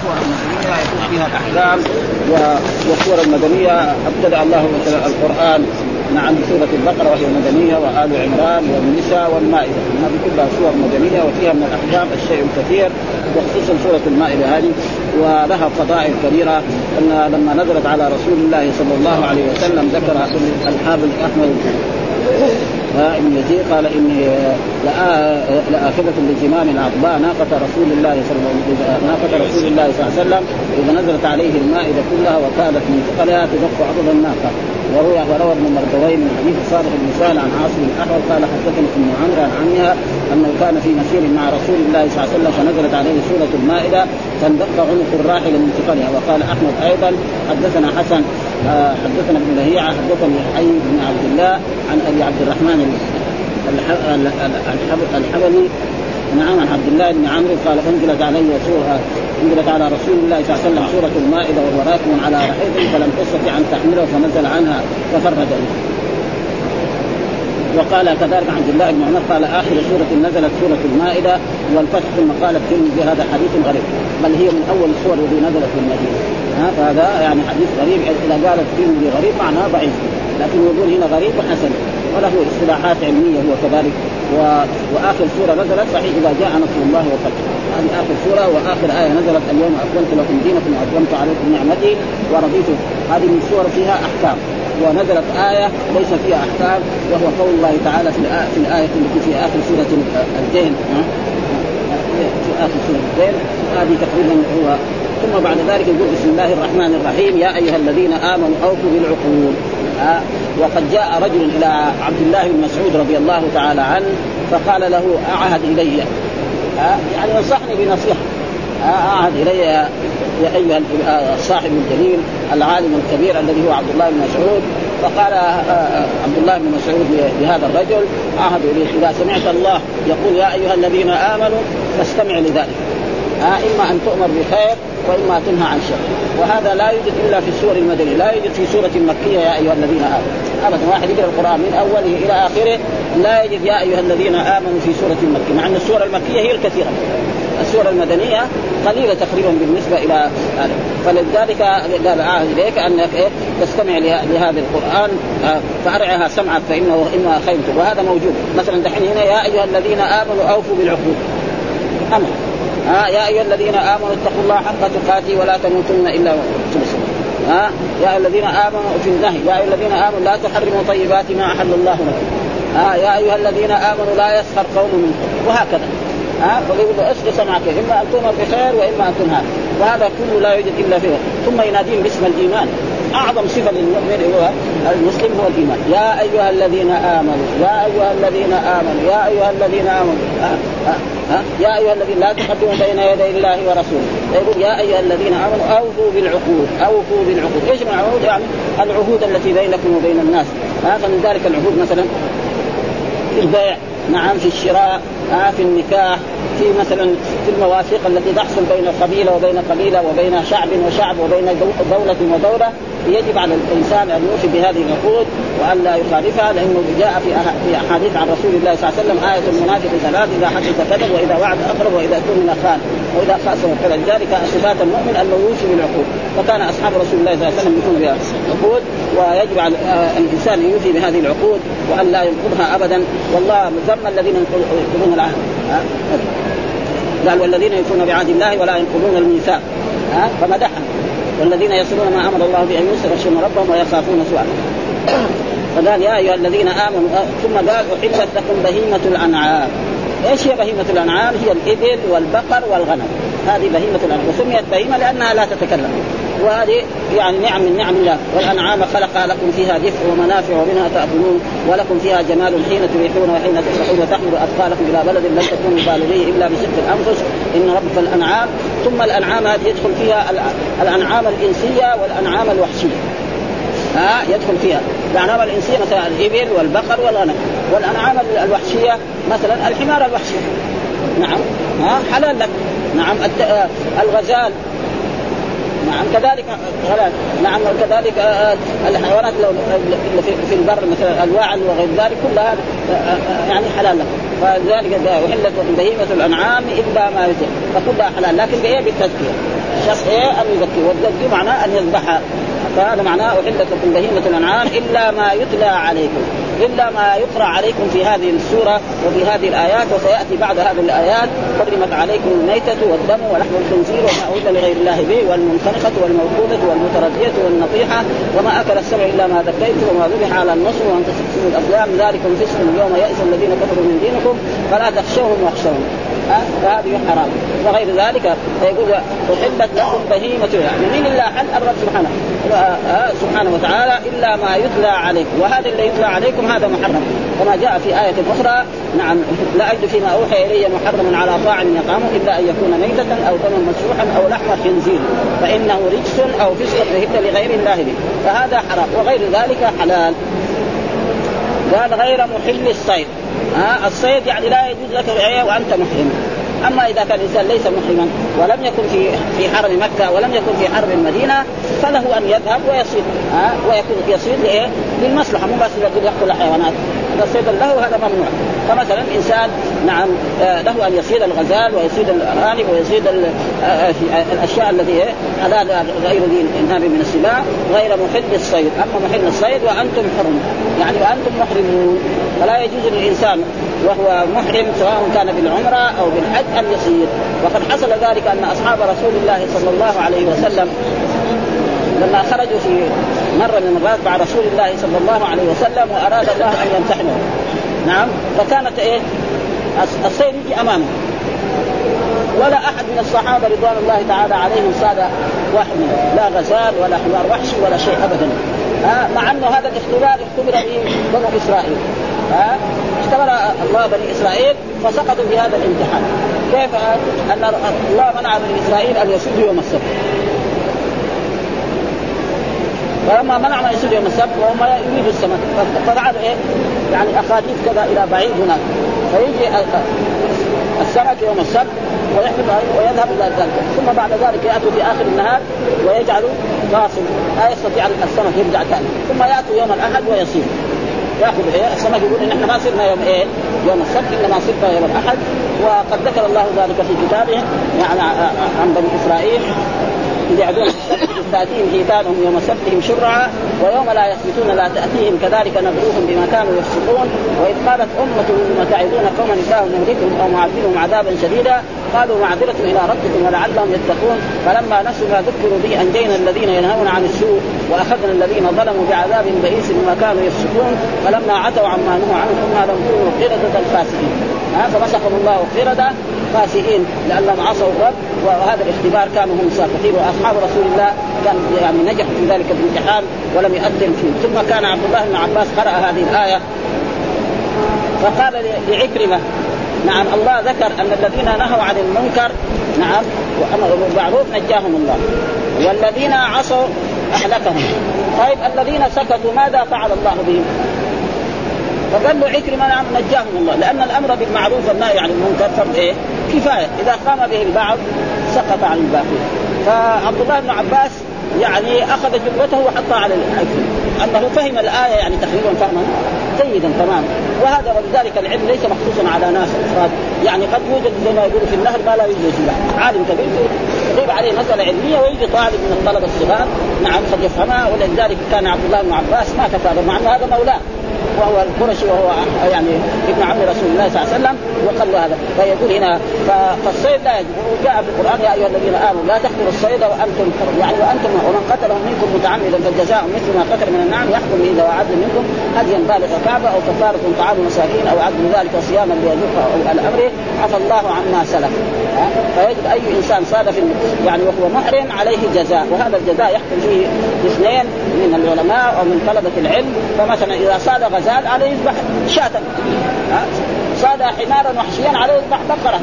السور المدنية يكون فيها الأحكام، والسور المدنية ابتدأ الله القرآن نعم بسورة البقرة وهي مدنية، وآل عمران والنساء والمائدة، هذه كلها سور مدنية وفيها من الأحكام الشيء الكثير، وخصوصا سورة المائدة هذه ولها فضائل كبيرة. أن لما نزلت على رسول الله صلى الله عليه وسلم ذكر الحافظ أحمد ابن يزيد قال إني لآخذة لزمام عضباء ناقة رسول الله صلى الله عليه وسلم إذا نزلت عليه المائدة كلها وكانت من ثقلها تدق عضد الناقة. وروى ابن مردوي من حديث صالح بن سهل عن عاصم الأحول قال حدثني ابن عمرو عن عمها أنه كان في مسير مع رسول الله صلى الله عليه وسلم فنزلت عليه سورة المائدة فاندق عنق الراحل من ثقلها. وقال أحمد أيضا حدثنا حسن حدثنا ابن لهيعة حدثني حي بن عبد الله عن أبي عبد الرحمن الحبلي نعم عن عبد الله بن عمرو قال انزلت على رسول الله صلى الله عليه وسلم سورة المائدة وهو راكب على رحيله فلم تستطع أن تحمله فنزل عنها ففرد له. وقال كذلك عبد الله بن عمر قال آخر سورة نزلت سورة المائدة والفتح ثم قال الترمذي هذا حديث غريب، بل هي من أول السور التي نزلت في المدينة. فهذا يعني حديث غريب، إذا قال الترمذي غريب معناه ضعيف، لكن يقول هنا غريب وحسن وله اصطلاحات علمية هو كذلك. وآخر سورة نزلت صحيح إذا جاء نصر الله وفتح، هذه آخر سورة. وآخر آية نزلت اليوم أكملت لكم دينكم وأتممت عليكم نعمتي ورضيت، هذه من سورة فيها أحكام. ونزلت آية ليس فيها أحكام وهو قول الله تعالى في الآية التي في آخر سورة الدين في آخر سورة الدين هذه تقريبا هو. ثم بعد ذلك يقول بسم الله الرحمن الرحيم يا أيها الذين آمنوا أوفوا بالعقود. وقد جاء رجل إلى عبد الله بن مسعود رضي الله تعالى عنه فقال له أعهد إلي، يعني نصحني بنصيحة، أعهد إلي يا أيها الصاحب الجليل العالم الكبير الذي هو عبد الله بن مسعود. فقال عبد الله بن مسعود لهذا الرجل أعهد إليك إذا سمعت الله يقول يا أيها الذين آمنوا فاستمع لذلك، إما أن تؤمر بخير وإما تنهى عن شر. وهذا لا يوجد إلا في السور المدنية، لا يوجد في سورة مكية يا أيها الذين آمنوا أبدا. واحد يقرأ القرآن من أوله إلى آخره لا يجد يا أيها الذين آمنوا في سورة مكية، مع أن السورة المكية هي الكثيرة، السورة المدنية قليلة تقريبا بالنسبة إلى هذا. فلذلك قال أعهد إليك أنك تستمع لهذا القرآن فأرعها سمعك فإنه إنها خير. وهذا موجود مثلا دحين هنا يا أيها الذين آمنوا أوفوا بالعقود أمر، يا أيها الذين آمنوا اتقوا الله حق تقاته ولا تموتن إلا وأنتم مسلمون. يا أيها الذين آمنوا في النهي يا أيها الذين آمنوا لا تحرموا طيبات ما أحل الله لكم. يا أيها الذين آمنوا لا يسخر قوم منكم، وهكذا. فيقول له اسقي سمعك إما أن تؤمر بخير وإما أن تنهى. وهذا كله لا يوجد إلا فيه. ثم يناديهم باسم الإيمان، أعظم صفة للمؤمن هو المسلم هو الإيمان. يا أيها الذين آمنوا يا أيها الذين آمنوا يا أيها الذين آمنوا يا أيها الذين لا تقدموا بين يدي الله ورسوله. يقول يا أيها الذين آمنوا أوفوا بالعقود. أوفوا بالعقود إيش من العقود؟ يعني العهود التي بينكم وبين الناس. فمن ذلك العهود مثلا في البيع، نعم، في الشراء، في النكاح، في مثلا في المواثيق التي تحصل بين قبيلة وبين قبيلة وبين شعب وشعب وبين دولة ودولة. يجب على الإنسان أن يوفي بهذه العقود وأن لا يخالفها، لأنه جاء في أحاديث عن رسول الله صلى الله عليه وسلم آية المنافق ثلاث: إذا حدث كذب وإذا وعد أخلف وإذا اؤتمن خان وإذا خاصم كذب. ذلك صفات المؤمن أنه يوفي بالعقود. فكان أصحاب رسول الله صلى الله عليه وسلم يوفون بها العقود، ويجب على الإنسان يوفي بهذه العقود وأن لا ينقضها أبدا. والله ذم الذين ينقضون العهد، قال والذين يوفون بعهد الله ولا ينقضون الميثاق، فمدحهم. والذين يصلون ما أمر الله بأن يوصل يخشون ربهم ويخافون سوءه. فقال يا أيها الذين آمنوا، ثم قال أحلت لكم بهيمة الأنعام. إيش هي بهيمة الأنعام؟ هي الإبل والبقر والغنم، هذه بهيمة الأنعام. وسميت بهيمة لأنها لا تتكلم، وهذه يعني نعم من نعم الله. والأنعام خلقها لكم فيها دفء ومنافع ومنها تأكلون ولكم فيها جمال حين تريحون وحين تسرحون وتحملوا أثقالكم إلى بلد لم تكونوا بالغيه إلا بشق الأنفس إن ربك الأنعام. ثم الأنعام هذه يدخل فيها الأنعام الإنسية والأنعام الوحشية. يدخل فيها الأنعام الإنسية مثلا الإبل والبقر والغنم، والأنعام الوحشية مثلا الحمار الوحشي، نعم، حلال لك، نعم، الغزال، نعم، كذلك غلال، نعم، وكذلك الحيوانات في البر مثلا الوعل وغير ذلك كلها يعني حلال لك. فذلك وحلت بهيمة الأنعام إلا ما يتلى فكلها حلال لكن بإيه بالتذكية الشخص إيه أن يذكي والذكي معناه أن يذبحها فهذا معناه أحلت لكم بهيمة الأنعام إلا ما يتلى عليكم إلا ما يقرأ عليكم في هذه السورة وفي هذه الآيات وسيأتي بعد هذه الآيات حرمت عليكم الميتة والدم ولحم الخنزير وما أهل لغير الله به والمنخنقة والموقوذة والمتردية والنطيحة وما أكل السبع إلا ما ذكيت وما ذبح على النصب وأن تستقسموا الأزلام ذلكم فسق اليوم يئس الذين كفروا من دينكم فلا تخشوهم واخشوهم فهذه حرام وغير ذلك فيقول أحلت لكم بهيمة يعني من الله حل الرب سبحانه وتعالى إلا ما يتلى عليكم وهذا اللي يتلى عليكم هذا محرم كما جاء في آية أخرى نعم لا أجد فيما أوحي إلي محرم على طاعم يطعمه إلا أن يكون ميتة أو دما مسفوحا أو لحم خنزير فإنه رجس أو فسق أهل لغير الله به فهذا حرام وغير ذلك حلال. قال غير محل الصيد الصيد يعني لا يجوز لك الرعاية وأنت محرم. أما إذا كان الإنسان ليس محرما ولم يكن في حرم مكة ولم يكن في حرم المدينة فله أن يذهب ويصيد ويكون يصيد لإيه للمصلحة مو بس يقتل الحيوانات هذا صيد له هذا ممنوع. فمثلا إنسان نعم له أن يصيد الغزال ويصيد الأرانب ويصيد الأشياء التي حلال غير ذي الإنهاب من السباع غير محل الصيد. أما محل الصيد وأنتم حرم يعني وأنتم محرمون فلا يجوز للإنسان وهو محرم سواء كان بالعمرة أو بالحج أن يصيد. وقد حصل ذلك أن أصحاب رسول الله صلى الله عليه وسلم لما خرجوا في مرة من المرات مع رسول الله صلى الله عليه وسلم وأراد الله أن يمتحنه نعم فكانت الصيد يجي أمامه ولا أحد من الصحابة رضوان الله تعالى عليهم صاد واحد منهم لا غزال ولا حمار وحشي ولا شيء أبدا مع أنه هذا الاختبار اختبر به بنو إسرائيل اختبر الله بني إسرائيل فسقطوا في هذا الامتحان. كيف أن الله منع بني إسرائيل أن يصيدوا يوم السبت فلما منع ما يصيد يوم السبت وهم يريدوا السمك ففعلوا يعني أخاديد كذا إلى بعيد هناك فيجي السمك يوم السبت ويذهب إلى ذلك ثم بعد ذلك يأتوا في آخر النهار ويجعلوا فاصل لا يستطيع السمك يرجع ثاني ثم يأتوا يوم الأحد ويصير يأخذ السمك يقول إن إحنا ما صرنا يوم السبت إنما صرنا يوم الأحد. وقد ذكر الله ذلك في كتابه يعني عن بني إسرائيل إذ يعدون تأتيهم حيتانهم يوم سبتهم شرعا ويوم لا يسبتون لا تأتيهم كذلك نبلوهم بما كانوا يفسقون. وإذ قالت أمة لم تعظون قوما الله مهلكهم أو معذبهم عذابا شديدا قالوا معذرة إلى ربكم ولعلهم يتقون فلما نسوا ما ذكروا به أنجينا الذين ينهون عن السوء وأخذنا الذين ظلموا بعذاب بئيس بما كانوا يفسقون فلما عتوا عما نهوا عنه قلنا لهم كونوا قردة الفاسقين فمسخهم الله قردة فاسقين لأنهم عصوا الرب. وهذا الاختبار كانوا هم ساقطين وأصحاب رسول الله كان يعني نجح في ذلك الامتحان ولم يؤثر فيه. ثم كان عبد الله بن عباس قرأ هذه الآية فقال لعكرمة نعم الله ذكر أن الذين نهوا عن المنكر نعم وأمروا بالمعروف نجاهم الله والذين عصوا أهلكهم. طيب الذين سكتوا ماذا فعل الله بهم؟ فقال له عكرمة نعم نجاهم الله لأن الأمر بالمعروف والنهي عن المنكر فرض كفاية إذا قام به البعض سقط عن الباقي. فعبد الله بن عباس يعني أخذ جبته وحطها على العكرمة أنه فهم الآية يعني تقريبا فهما جيدا تماما. وهذا ولذلك العلم ليس مخصوصا على ناس أفراد يعني قد يوجد زي ما يقولوا في النهر ما لا يوجد فيه عالم كبير يغيب عليه مسألة علمية ويجي طالب من الطلبة الصغار نعم قد يفهمها. ولذلك كان عبد الله بن عباس ما كفى مع أنه هذا مولاه وهو القرشي وهو يعني ابن عم رسول الله صلى الله عليه وسلم وقال له هذا. فيقول هنا فالصيد لا يجب وجاء في القرآن يا أيها الذين آمنوا لا تقتلوا الصيد وأنتم حرم يعني وأنتم ومن قتله منكم متعمدا فالجزاء مثل ما قتل من النعم يحكم به ذو عدل منكم هديا بالغ الكعبة أو كفارة طعام مساكين أو عدل ذلك صياما ليذوق الأمر عفى الله عما سلف. فيجب أي إنسان صاد في يعني وهو محرم عليه جزاء وهذا الجزاء يحكم فيه اثنين من العلماء أو من طلبة العلم. فمثلا إذا صاد غزال عليه يذبح شاة صاد حمارا وحشيا عليه يذبح بقرة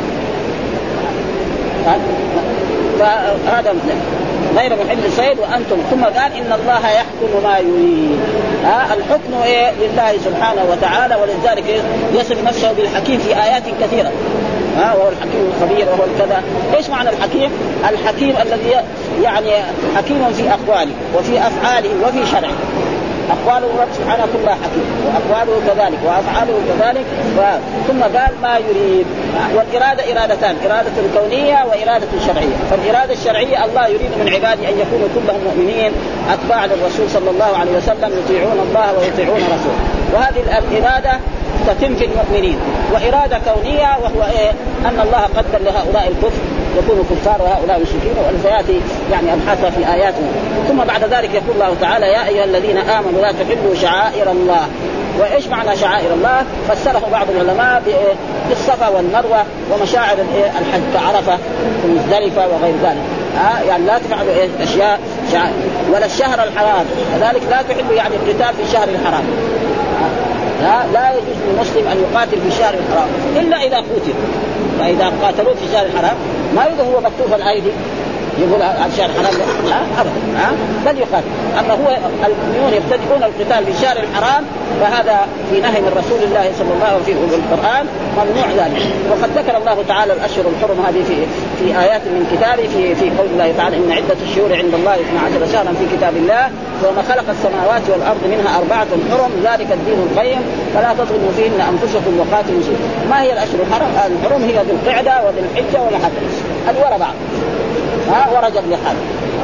فهذا غير محل الصيد وأنتم. ثم قال إن الله يحكم ما يريد الحكم لله سبحانه وتعالى ولذلك يصف نفسه بالحكيم في آيات كثيرة وهو الحكيم الخبير وهو الكذا. إيش معنى الحكيم؟ الحكيم الذي يعني حكيم في أقواله وفي أفعاله وفي شرعه أقواله رب سبحانه كلها حكيم، وأقواله كذلك وأفعاله كذلك. ثم قال ما يريد. والإرادة إرادتان، إرادة كونية وإرادة شرعية. فالإرادة الشرعية الله يريد من عباده أن يكونوا كلهم مؤمنين أتباع للرسول صلى الله عليه وسلم يطيعون الله ويطيعون رسوله، وهذه الإرادة تتم في المؤمنين. وإرادة كونية وهو أن الله قدر لهؤلاء الكفر يكونوا كفار وهؤلاء مشركين، وسيأتي يعني أبحاثها في آياته. ثم بعد ذلك يقول الله تعالى يا أيها الذين آمنوا لا تحلوا شعائر الله. وإيش معنى شعائر الله؟ فسره بعض العلماء بالصفا والمروة ومشاعر الحج كعرفة ومزدلفة وغير ذلك. يعني لا تفعلوا أشياء شعائر. ولا الشهر الحرام كذلك لا تحلوا يعني القتال في الشهر الحرام. لا يجوز للمسلم أن يقاتل في الشهر الحرام إلا إذا قتل. فإذا قاتلوا في الشهر الحرام ما يقول هو مكتوف الأيدي يقول عن شهر الحرام أبدا، بل يقاتل. أما هو المؤمنون يبتدئون القتال في الشهر الحرام فهذا في نهي من رسول الله صلى الله عليه وسلم في القرآن ممنوع ذلك. وقد ذكر الله تعالى الأشهر الحرم هذه في آيات من كتابه في قول الله تعالى إن عدة الشهور عند الله 12 شهرا في كتاب الله وما خلق السماوات والأرض منها 4 حرم ذلك الدين القيم فلا تظلموا فيهن أنفسكم وقاتلوا فيهن. ما هي الأشهر الحرم؟ هي ذي القعدة وذي الحجة والحج الورا بعض ورجب لحال.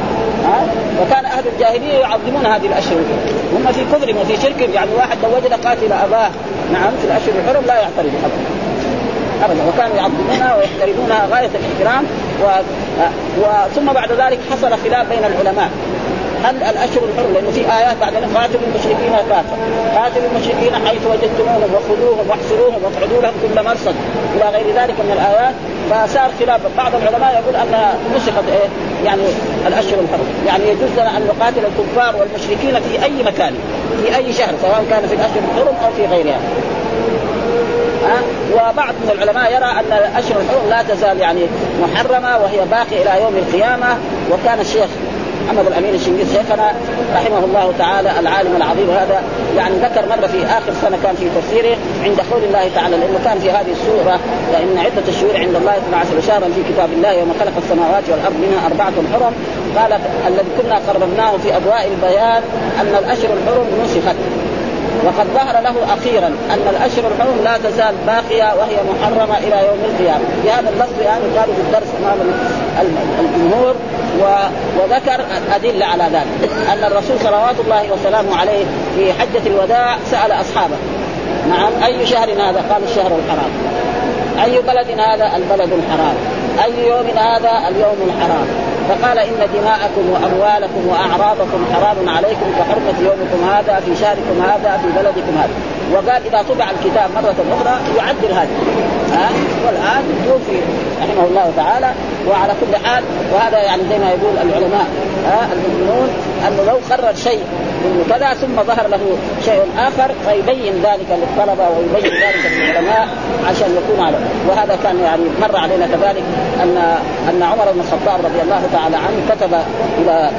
وكان أهل الجاهلية يعظمون هذه الأشهر، هم في كفرهم وفي شركهم. يعني واحد لو وجد قاتل أباه نعم في الأشهر الحرم لا يعترض أبدا، وكانوا يعظمونها ويحترمونها غاية الاحترام. ثم بعد ذلك حصل خلاف بين العلماء هل الأشهر الحرم، لأنه في آيات بعد قاتلوا المشركين كافة، قاتلوا المشركين حيث وجدتموهم وخذوهم واحصروهم واقعدوا لهم كل مرصد إلى غير ذلك من الآيات. فصار خلاف. بعض العلماء يقول أن نسخت يعني الأشهر الحرم، يعني يجوز لنا أن نقاتل الكفار والمشركين في أي مكان في أي شهر سواء كان في الأشهر الحرم أو في غيرها. وبعض من العلماء يرى أن الأشهر الحرم لا تزال يعني محرمة وهي باقية إلى يوم القيامة. وكان الشيخ محمد الأمين الشنقيطي شيخنا رحمه الله تعالى العالم العظيم هذا يعني ذكر مرة في آخر سنة كان في تفسيره عند قول الله تعالى، لأنه كان في هذه السورة لأن عدة الشهور عند الله 12 شهرا في كتاب الله يوم خلق السماوات والأرض منها 4 حرم. قال الذي كنا قررناه في أضواء البيان أن الأشهر الحرم نسخت، وقد ظهر له أخيرا أن الأشهر الحرم لا تزال باقية وهي محرمة إلى يوم القيامة. بهذا اللفظ يعني قالوا في الدرس أمام الجمهور. وذكر أدلة على ذلك أن الرسول صلوات الله وسلامه عليه في حجة الوداع سأل أصحابه نعم أي شهر هذا؟ قال الشهر الحرام. أي بلد هذا؟ البلد الحرام. أي يوم هذا؟ اليوم الحرام. فقال إن دماءكم وأموالكم وأعراضكم حرام عليكم كحرمة يومكم هذا في شهركم هذا في بلدكم هذا. وقال إذا طبع الكتاب مرة أخرى يعدل هذا. والآن توفي رحمه الله تعالى. وعلى كل حال وهذا يعني زي ما يقول العلماء المؤمنون أنه لو قرر شيء من كذا ثم ظهر له شيء آخر فيبين ذلك للطلبة ويبين ذلك للعلماء عشان يكون على. وهذا كان يعني مر علينا كذلك أن عمر بن الخطاب رضي الله تعالى عنه كتب إلى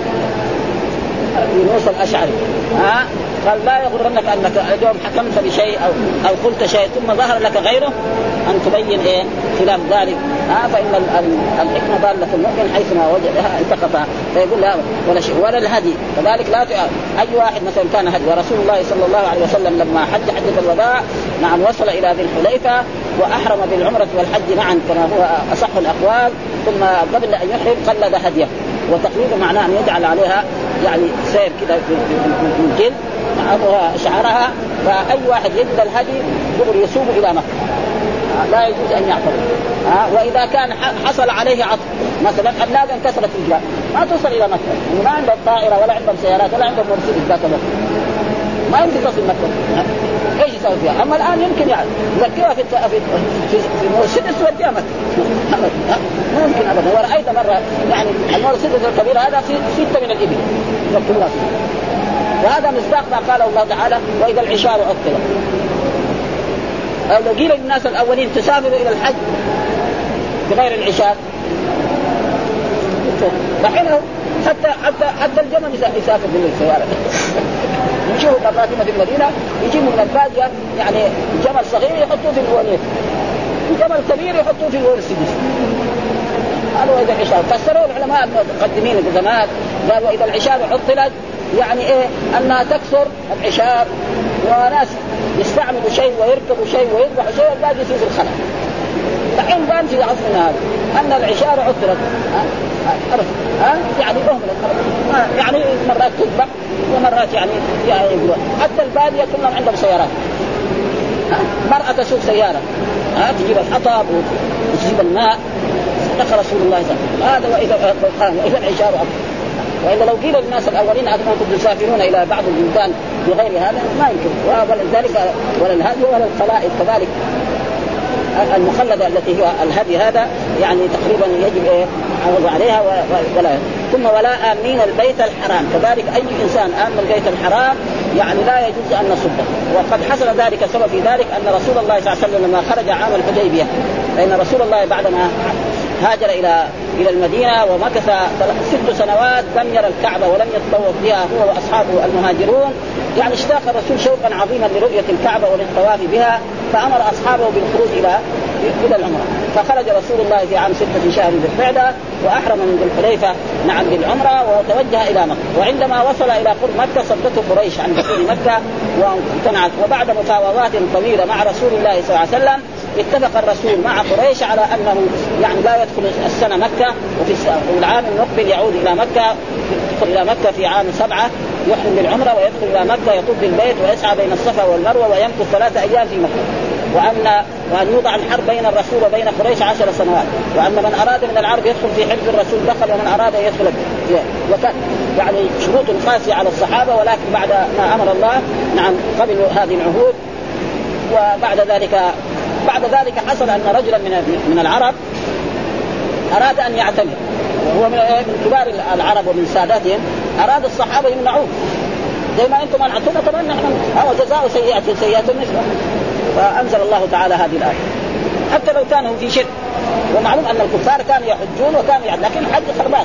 يونس الأشعري قال لا يغرنك أنك اليوم حكمت بشيء أو قلت شيء ثم ظهر لك غيره أن تبين خلاف ذلك. فإن الحكمة ضالة المؤمن حيثما وجدها التقطها. فيقول لا ولا شيء ولا الهدي كذلك لا أي واحد مثلا كان هدي. ورسول الله صلى الله عليه وسلم لما حجة الوداع نعم وصل إلى ذي الحليفة وأحرم بالعمرة والحج معا كما هو أصح الأقوال. ثم قبل أن يحرم قلد هديه. وتقليد معناه أن يجعل عليها يعني سير كده من جلد معها شعرها. فأي واحد يجد الهدي يقول يسوق إلى مكة لا يجوز أن يعترض. وإذا كان حصل عليه عطف مثلا الناقة انكسرت رجلها ما توصل إلى مكة، ما عندهم طائرة ولا عندهم سيارات ولا عندهم مرسيدس ذاك الوقت ما يمكن تصل مكة. ايش يسوي فيها؟ اما الان يمكن يعني يركبها في مرسيدس ويوديها مكة ما يمكن ابدا. ورأيت مرة يعني المرسيدس الكبيرة هذا 6 من الإبل يركبونها. وهذا مصداق ما قاله الله تعالى وإذا العشار عطلت. أو لو قيل للناس الأولين تسافروا إلى الحج بغير العشار فحينه حتى الجمل يسافر بالسيارة. يمشوا الأباطمة في المدينة يجيبوا من البادية يعني جمل صغير يحطوه في الوانية وجمل كبير يحطوه في المرسيدس. قالوا إذا العشار فسروا العلماء المقدمين القدماء قالوا إذا العشار عطلت يعني إيه أنها تكثر العشار، وناس يستعملوا شيء ويركبوا شيء ويذبحوا شيء والباقي يصير في الخلق. فحين بان في عصرنا هذا أن العشار عثرت يعني يعني مرات تذبح ومرات يعني يقولون حتى البادية كلهم عندهم سيارات. مرأة تسوق سيارة تجيب الحطب وتجيب الماء. دخل رسول الله صلى الله عليه وسلم هذا وإذا العشار وإلا لو قيل للناس الأولين أنكم تسافرون إلى بعض البلدان بغير هذا ما يمكن. ولذلك ولا الهدي ولا القلائد كذلك المخلدة التي هي الهدي هذا يعني تقريبا يجب عوض عليها ولا ثم ولا آمين البيت الحرام كذلك أي إنسان آمن البيت الحرام يعني لا يجوز أن نصده. وقد حصل ذلك سبب في ذلك أن رسول الله صلى الله عليه وسلم لما خرج عام الحديبية، فإن رسول الله بعدما هاجر إلى المدينة ومكث 6 سنوات لم يرى الكعبة ولم يتطوف بها هو وأصحابه المهاجرون، يعني اشتاق الرسول شوقا عظيما لرؤية الكعبة وللطواف بها، فأمر أصحابه بالخروج إلى العمرة. فخرج رسول الله في عام 6 شهر ذي القعدة وأحرم من ذي الحليفة بالعمرة وتوجه إلى مكة. وعندما وصل إلى قرب مكة صدته قريش عن دخول مكة وامتنعت. وبعد مفاوضات طويلة مع رسول الله صلى الله عليه وسلم اتفق الرسول مع قريش على أنه يعني لا يدخل السنة مكة، وفي العام المقبل يعود إلى مكة، يدخل إلى مكة في عام 7 يحرم بالعمرة ويدخل إلى مكة يطوف بالبيت ويسعى بين الصفا والمروة ويمكث 3 أيام في مكة. وأن يوضع الحرب بين الرسول وبين قريش 10 سنوات، وأن من أراد من العرب يدخل في حلف الرسول دخل ومن أراد يدخل وكان يعني شروط قاسية على الصحابة. ولكن بعد ما أمر الله قبلوا هذه العهود. بعد ذلك حصل أن رجلا من العرب أراد أن يعتمر، وهو من كبار العرب ومن ساداتهم، أراد الصحابة يمنعوه زي ما أنتم منعتم كمان نحن جزاء سيئة مثله. فأنزل الله تعالى هذه الآية حتى لو كانوا في شرك. ومعلوم أن الكفار كانوا يحجون وكانوا لكن الحج خربان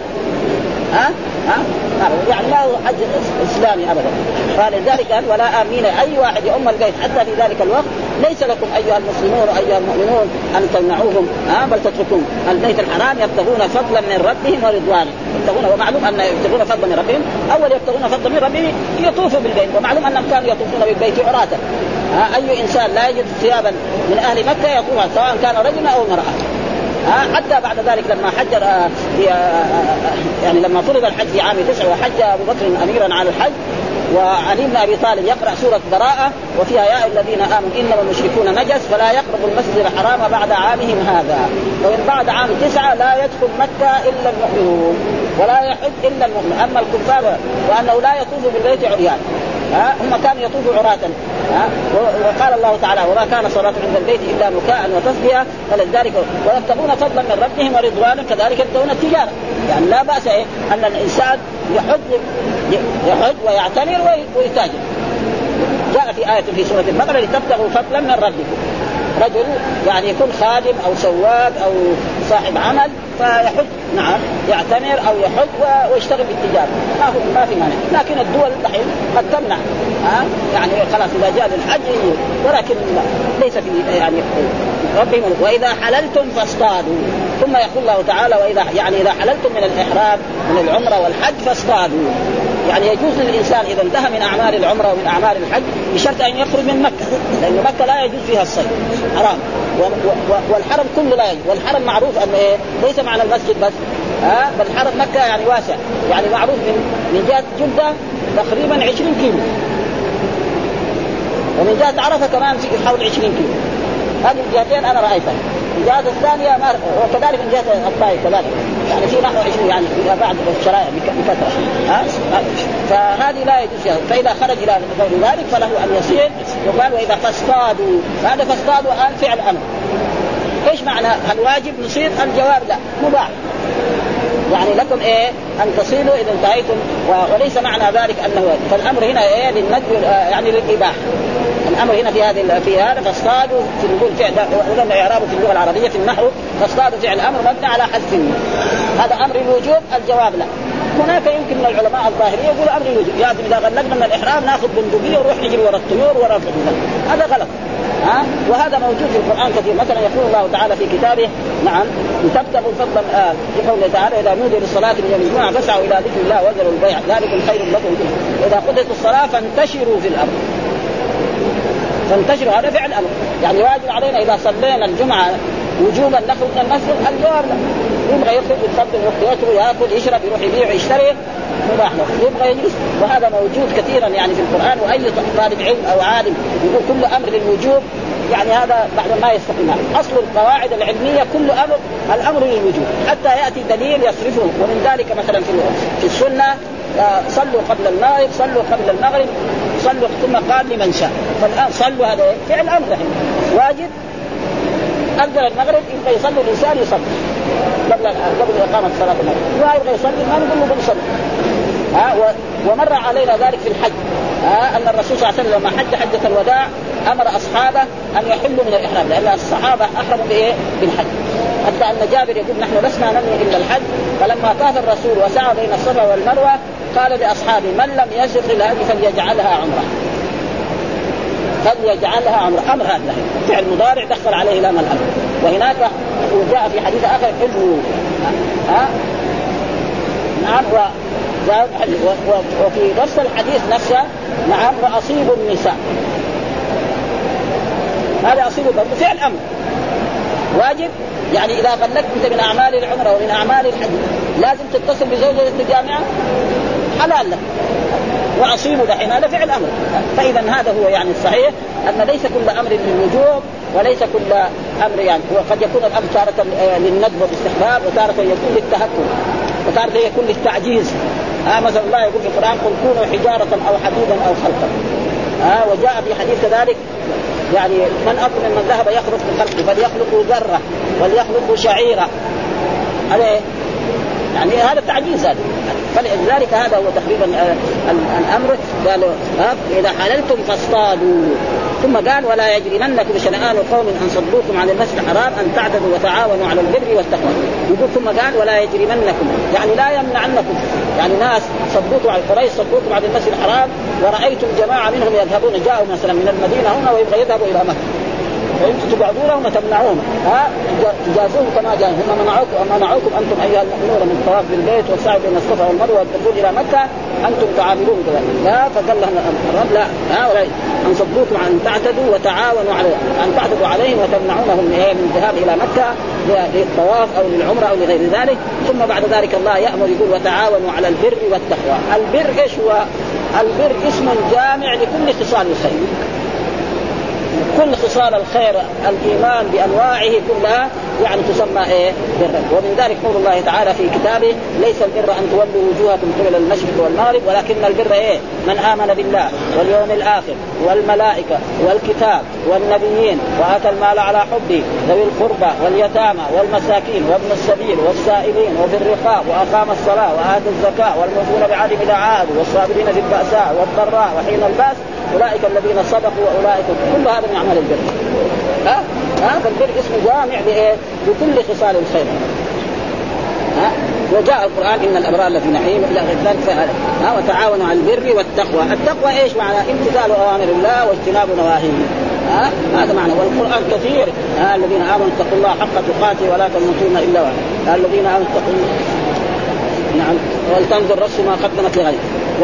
يعني لا حج إسلامي أبدا. فلذلك قال ولا آمين أي واحد يؤم البيت حتى في ذلك الوقت ليس لكم أيها المسلمون أيها المؤمنون أن تمنعوهم بل تتركون البيت الحرام يبتغون فضلا من ربهم ورضوانه. ومعلوم أن يبتغون فضلا من ربهم أول يبتغون فضلا من ربهم يطوفوا بالبيت. ومعلوم أنهم كانوا يطوفون بالبيت عراة. أي إنسان لا يجد ثيابا من أهل مكة يطوفها سواء كان رجلا أو امرأة. حتى بعد ذلك لما حج يعني لما فرض الحج في عام 9 وحج أبو بكر أميرا على الحج وعلي بن أبي طالب يقرأ سورة براءة وفيها يا الذين آمنوا إنما المشركون نجس فلا يقربوا المسجد الحرام بعد عامهم هذا. ومن بعد عام 9 لا يدخل مكة إلا المؤمنون ولا يحج إلا المؤمن. أما الكفار وأنه لا يطوف بالبيت عريان هم كانوا يطوفوا عراة. وقال الله تعالى وما كان صلاة عند البيت إلا مكاء وتصدية. فلذلك ويبتغون فضلا من ربهم ورضوانا كذلك يبتغون التجارة. يعني لا بأس أن الإنسان يحج ويعتمر ويتاجر. جاء في آية في سورة البقرة لتبتغوا فضلا من ربكم. رجل يعني يكون خادم أو سواق أو صاحب عمل فيحج يعتمر أو يحج ويشتغل بالتجارة ما في مانع. لكن الدول دحين قد تمنع يعني خلاص إذا جاء الحج ولكن ليس في يعني ربهم وإذا حللتم فاصطادوا. ثم يقول الله تعالى إذا حللتم من الإحرام من العمرة والحج فاصطادوا. يعني يجوز للإنسان إذا انتهى من أعمال العمرة ومن أعمال الحج بشرط أن يخرج من مكة، لأن مكة لا يجوز فيها الصيد حرام والحرم كله لا يجوز. والحرم معروف أن ليس معنى المسجد بس بل حرم مكة يعني واسع. يعني معروف من جهة جدة تقريبا 20 كيلو ومن جهة عرفة كمان في حول 20 كيلو. هذه الجهتين أنا رأيتها. الجهة الثانية وكذلك من جهة الطائف كذلك يعني في نحو 20 يعني بعد الشرائع بكثرة فهذه لا يجوز فيها. فإذا خرج إلى غير ذلك فله أن يصيد. وقال وإذا فاصطادوا هذا فاصطادوا الآن فعل أمر. إيش معنى هل واجب نصيد؟ الجواب لا مباح. يعني لكم أن تصيدوا إذا انتهيتم وليس معنى ذلك أنه فالأمر هنا للندب يعني للإباحة. الأمر هنا في هذا فاصطادوا في نقول فعل وذن إعرابه في اللغة العربية في النحو فاصطادوا فعل أمر مبني على حذف. هذا أمر الوجوب الجواب لا. هناك يمكن من العلماء الظاهرية يقولوا أمر الوجوب يعني إذا غلقنا من الإحرام نأخذ بندقية ونروح نجري وراء الطيور وراء هذا غلط. وهذا موجود في القرآن كثير. مثلا يقول الله تعالى في كتابه نعم لتبتغوا فضلا في قوله تعالى إذا نودي للصلاة من يوم الجمعة فاسعوا إلى ذكر الله وذروا البيع ذلك خير لكم إذا قضيت الصلاة فانتشروا في الأرض. فانتشروا هذا فعل أمر، يعني واجب علينا إذا صلينا الجمعة وجوبا نخرج من المسجد. الجواب لا، يبغى يخرج يتصدق وقته يأكل يشرب يروح يبيع يشتري مباح له، يبغى يجلس. وهذا موجود كثيرا يعني في القرآن. وأي طالب علم أو عالم يقول كل أمر للوجوب يعني هذا بعد ما يستقيم. أصل القواعد العلمية كل أمر الأمر للوجوب حتى يأتي دليل يصرفه. ومن ذلك مثلا في السنة صلوا قبل المغرب صلوا قبل المغرب صلوا ثم قال لمن شاء. فالآن صلوا هذا فعل أمر رحمه واجب. أقدر المغرب يبغى يصلي الإنسان يصلي قبل إقامة صلاة المغرب، ما يبغى يصلي ما نقول له بنصلي. ومر علينا ذلك في الحج أن الرسول صلى الله عليه وسلم لما حج حجة الوداع أمر أصحابه أن يحلوا من الإحرام لأن الصحابة أحرموا بالحج. حتى أن جابر يقول نحن لسنا ننوي إلا الحج. فلما طاف الرسول وسعى بين الصفا والمروة قال لأصحابه من لم يسق الهدي فليجعلها عمرة. فليجعلها عمرة. أمر هذا فعل مضارع دخل عليه لام الأمر. وهناك وجاء في حديث آخر حلوا نعم وفي نفس الحديث نفسه نعم وأصيبوا النساء. هذا أصيبوا فعل أمر واجب. يعني إذا بلغت أنت من أعمال العمرة ومن أعمال الحج لازم تتصل بزوجة الجامعة حلال لك. وأصيبوا دحين هذا فعل أمر. فإذا هذا هو يعني الصحيح أن ليس كل أمر للوجوب وليس كل أمر يعني وقد يكون الأمر تارة للندب والاستحباب وتارة يكون للتهكم وتارة يكون للتعجيز. مثلا الله يقول في القرآن قل كونوا حجارة أو حديدا أو خلقا. وجاء في حديث كذلك يعني من أظلم من ذهب يخلق بخلقه فليخلقوا ذرة وليخلقوا شعيرة. هذا يعني هذا التعجيز هذا. فلذلك هذا هو تقريبا الأمر. قالوا إذا حللتم فاصطادوا. ثم قال ولا يجرمنكم شنآن قوم أن صدوكم عن المسجد الحرام أن تعتدوا وتعاونوا على البر والتقوى. يقول ثم قال ولا يجرمنكم يعني لا يمنعنكم يعني ناس صدوكم عن قريش صدوكم عن المسجد الحرام ورأيتم جماعة منهم يذهبون جاءوا مثلا من المدينة هنا ويبغى يذهبوا إلى مكة فأنتم تقعدونهم وتمنعوهم تجازوهم كما جاءوا هم منعوكم أنتم أيها المؤمنون من طواف بالبيت والسعي بين الصفا والمروة والدخول إلى مكة أنتم تعاملون كذا. لا فقال لهم الرب لا أن صدوكم عن تعتدوا وتعاونوا على أن تعتدوا عليهم وتمنعونهم من الذهاب إلى مكة للطواف أو للعمرة أو لغير ذلك. ثم بعد ذلك الله يأمر يقول وتعاونوا على البر والتقوى. البر إيش هو؟ البر اسم جامع لكل خصال الخير. كل خصال الخير الإيمان بأنواعه كلها يعني تسمى برا. ومن ذلك قول الله تعالى في كتابه ليس البر أن تولوا وجوهكم قبل المشرق والمغرب ولكن البر من آمن بالله واليوم الآخر والملائكة والكتاب والنبيين وآتى المال على حبه ذوي القربى واليتامى والمساكين وابن السبيل والسائلين وفي الرقاب وأقام الصلاة وآتى الزكاة والموفون بعهدهم إذا عاهدوا والصابرين في البأساء والضراء وحين البأس أولئك الذين صدقوا وأولئك كل هذا من أعمال البر. فالبر اسم جامع لكل خصال الخير. وجاء القرآن إن الأبرار لفي نعيم إلى غير ذلك. وتعاونوا على البر والتقوى. التقوى إيش معنى؟ امتثال أوامر الله واجتناب نواهيه. هذا معنى. والقرآن كثير الذين آمنوا اتقوا الله حق تقاته ولا تموتن إلا وأنتم الذين آمنوا اتقوا الله نعم ولتنظر نفس ما قدمت لغد.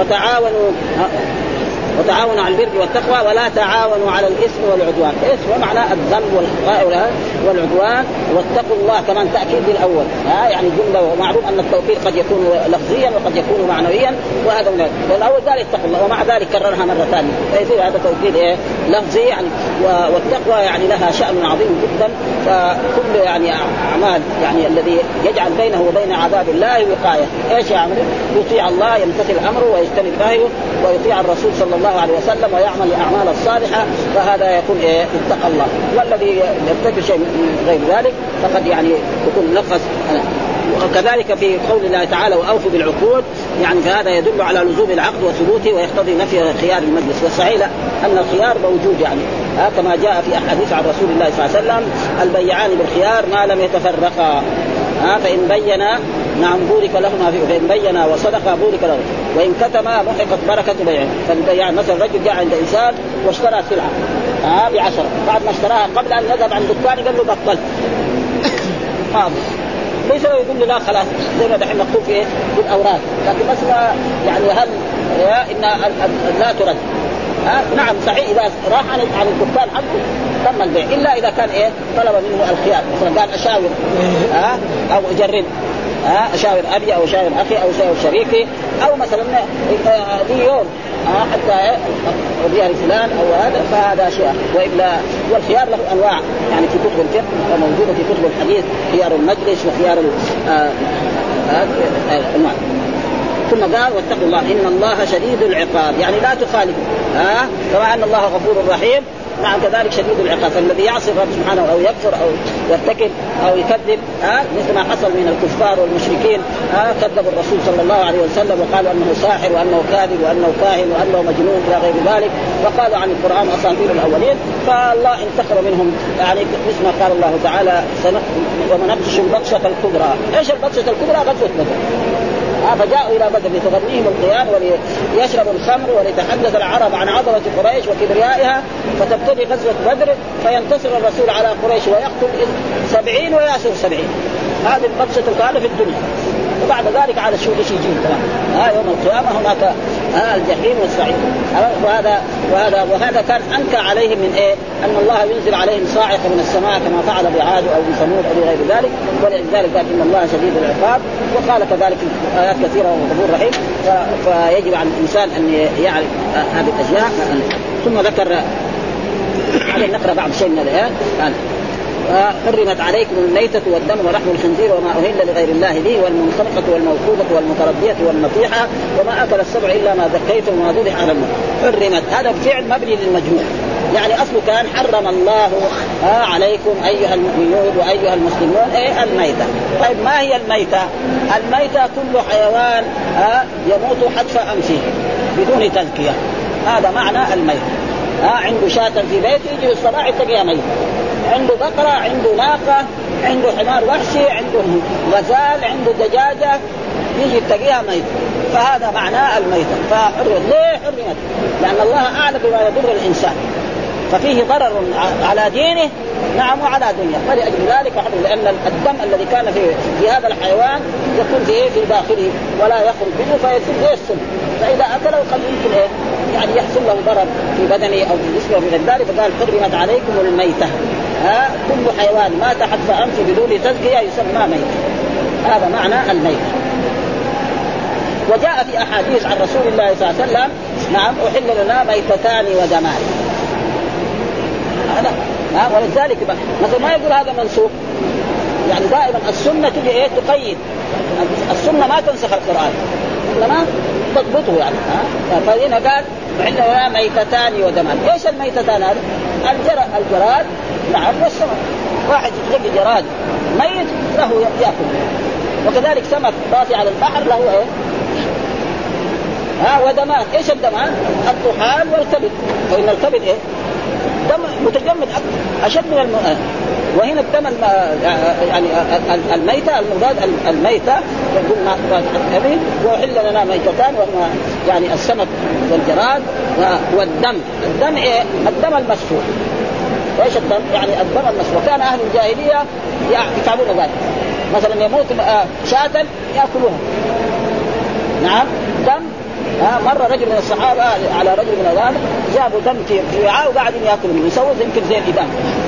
وتعاونوا على البر والتقوى ولا تعاونوا على الإثم والعدوان. إيش معنى الذنب والخطأ والعدوان؟ واتقوا الله كمان تأكيد للأول. يعني جملة ومعلوم أن التوكيد قد يكون لفظيا وقد يكون معنويا وهذا من والأول ذلك اتقوا الله ومع ذلك كررها مرة ثانية فيصير هذا توكيد لفظي يعني. والتقوى يعني لها شأن عظيم جدا. فكل يعني أعمال يعني الذي يجعل بينه وبين عذاب الله وقاية. إيش يعمل؟ يطيع الله يمتثل أمره ويجتنب نهيه ويطيع الرسول صلى الله عليه وسلم ويعمل الأعمال الصالحة فهذا يكون اتقى الله. والذي يرتكب شيء من غير ذلك فقد يعني يكون نقص. وكذلك في قول الله تعالى وأوفوا بالعقود يعني فهذا يدل على لزوم العقد وثبوته ويقتضي نفي خيار المجلس. والصحيح أن الخيار موجود يعني كما جاء في أحاديث عن رسول الله صلى الله عليه وسلم البيعان بالخيار ما لم يتفرقا فإن بينا نعم بورك لهما فإن بينا وصدقا بورك لهما وإن كتما محقت بركة بيعه. فالبيعان مثلا رجل جاء عند إنسان واشترى سلعة ب10. بعد ما اشتراها قبل أن يذهب عن دكان قال له بطلت ليس يقول له لا خلاص زي ما دحين مكتوب في الأوراق، لكن بس يعني هل إن لا ترد. نعم صحيح إذا راح عن الدكان حقه تم البيع، إلا إذا كان طلب منه الخيار، مثلا قال أشاور أو أجرب، أشاور أبي أو أشاور أخي أو أشاور شريكي، أو مثلا دي يوم حتى أبيها لفلان أو هذا، فهذا شيء. وإلا والخيار له أنواع يعني في كتب الفقه وموجودة في كتب الحديث، خيار المجلس وخيار الأنواع. ثم قال واتقوا الله إن الله شديد العقاب، يعني لا تخالفوا كما أن الله غفور رحيم. نعم كذلك شديد العقاب، فالذي يعصي الرب سبحانه أو يكفر أو يرتكب أو يكذب مثل ما حصل من الكفار والمشركين كذبوا الرسول صلى الله عليه وسلم وقالوا أنه ساحر وأنه كاذب وأنه كاهن وأنه مجنون إلى غير ذلك، وقالوا عن القرآن أساطير الأولين، فالله انتقم منهم. يعني مثل ما قال الله تعالى ومنبطش البطشة الكبرى. إيش البطشة الكبرى؟ غزوة بدر. فجاءوا إلى بدر لتغنيهم القيام وليشربوا الخمر وليتحدث العرب عن عظمة قريش وكبريائها، فتبتدي غزوة بدر فينتصر الرسول على قريش ويقتل 70 ويأسر 70. هذه البطشة الكبرى في الدنيا. وبعد ذلك على الشهود يجين تمام يوم القيامة هناك الجحيم والسعير. وهذا كان أنكى عليهم من أن الله ينزل عليهم صاعقة من السماء كما فعل بعاد أو بثمود أو غير ذلك، ولذلك قال إن الله شديد العقاب. وقال كذلك آيات كثيرة وغفور رحيم، فيجب على الإنسان أن يعرف هذه الأشياء. ثم ذكر على نقرأ بعض شيء من الآيات. حرمت عليكم الميتة والدم ولحم الخنزير وما أهل لغير الله به والمنخنقة والموقوذة والمتردية والنطيحة وما أكل السبع إلا ما ذكيتم وما ذبح على النار. حرمت هذا فعل مبني للمجموع، يعني أصله كان حرم الله عليكم أيها المؤمنون وأيها المسلمون الميتة. طيب ما هي الميتة؟ الميتة كل حيوان يموت حتف أنفه بدون تزكية، هذا معنى الميتة. عنده شاة في بيته يجي الصباح تلاقيها ميتة، عنده بقرة، عنده ناقة، عنده حمار وحشي، عنده غزال، عنده دجاجة، يجي تلاقيها ميتة، فهذا معناه الميتة. فحرمت. ليه حرمت؟ لأن الله أعلم بما يضر الإنسان، ففيه ضرر على دينه نعم وعلى دنيا، فلأجل ذلك حرم. لأن الدم الذي كان في هذا الحيوان يكون في داخله ولا يخرج منه فيصير السم، فإذا أكله قد يمكن يعني يحصل له ضرر في بدنه أو في جسمه من ذلك. فقال حرمت عليكم الميتة، كل حيوان مات حتف أنفه بدون تزكية يسمى ميتة، هذا معنى الميتة. وجاء في أحاديث عن رسول الله صلى الله عليه وسلم نعم أحل لنا ميتتان ودمان. ولذلك مثلا ما يقول هذا منسوخ، يعني دائما السنة تجي تقيد، السنة ما تنسخ القرآن لما تضبطه يعني. فهنا قال عندنا ميتتان ودمان. ايش الميتتان هذا؟ الجراد نعم والسمك. واحد يجي جراد ميت له يأكل، وكذلك سمك باقي على البحر له ودمان. ايش الدمان؟ الطحال والكبد، وإن الكبد دم متجمد أشد من وهنا الدم يعني الميتة المضاد الميتة يقول الكبد. وحل لنا ميتتان وهما يعني السمك والجراد والدم. الدم الدم المسفوح. ايش الدم؟ يعني الدم المسفوح. كان أهل الجاهلية يفعلون ذلك، مثلا يموت شاة يأكلوها نعم دم. مرة رجل من الصحابة على رجل من الغابة جابوا دم في وعاء وقاعدين يأكلوا منه، يسووا يمكن زي الإدام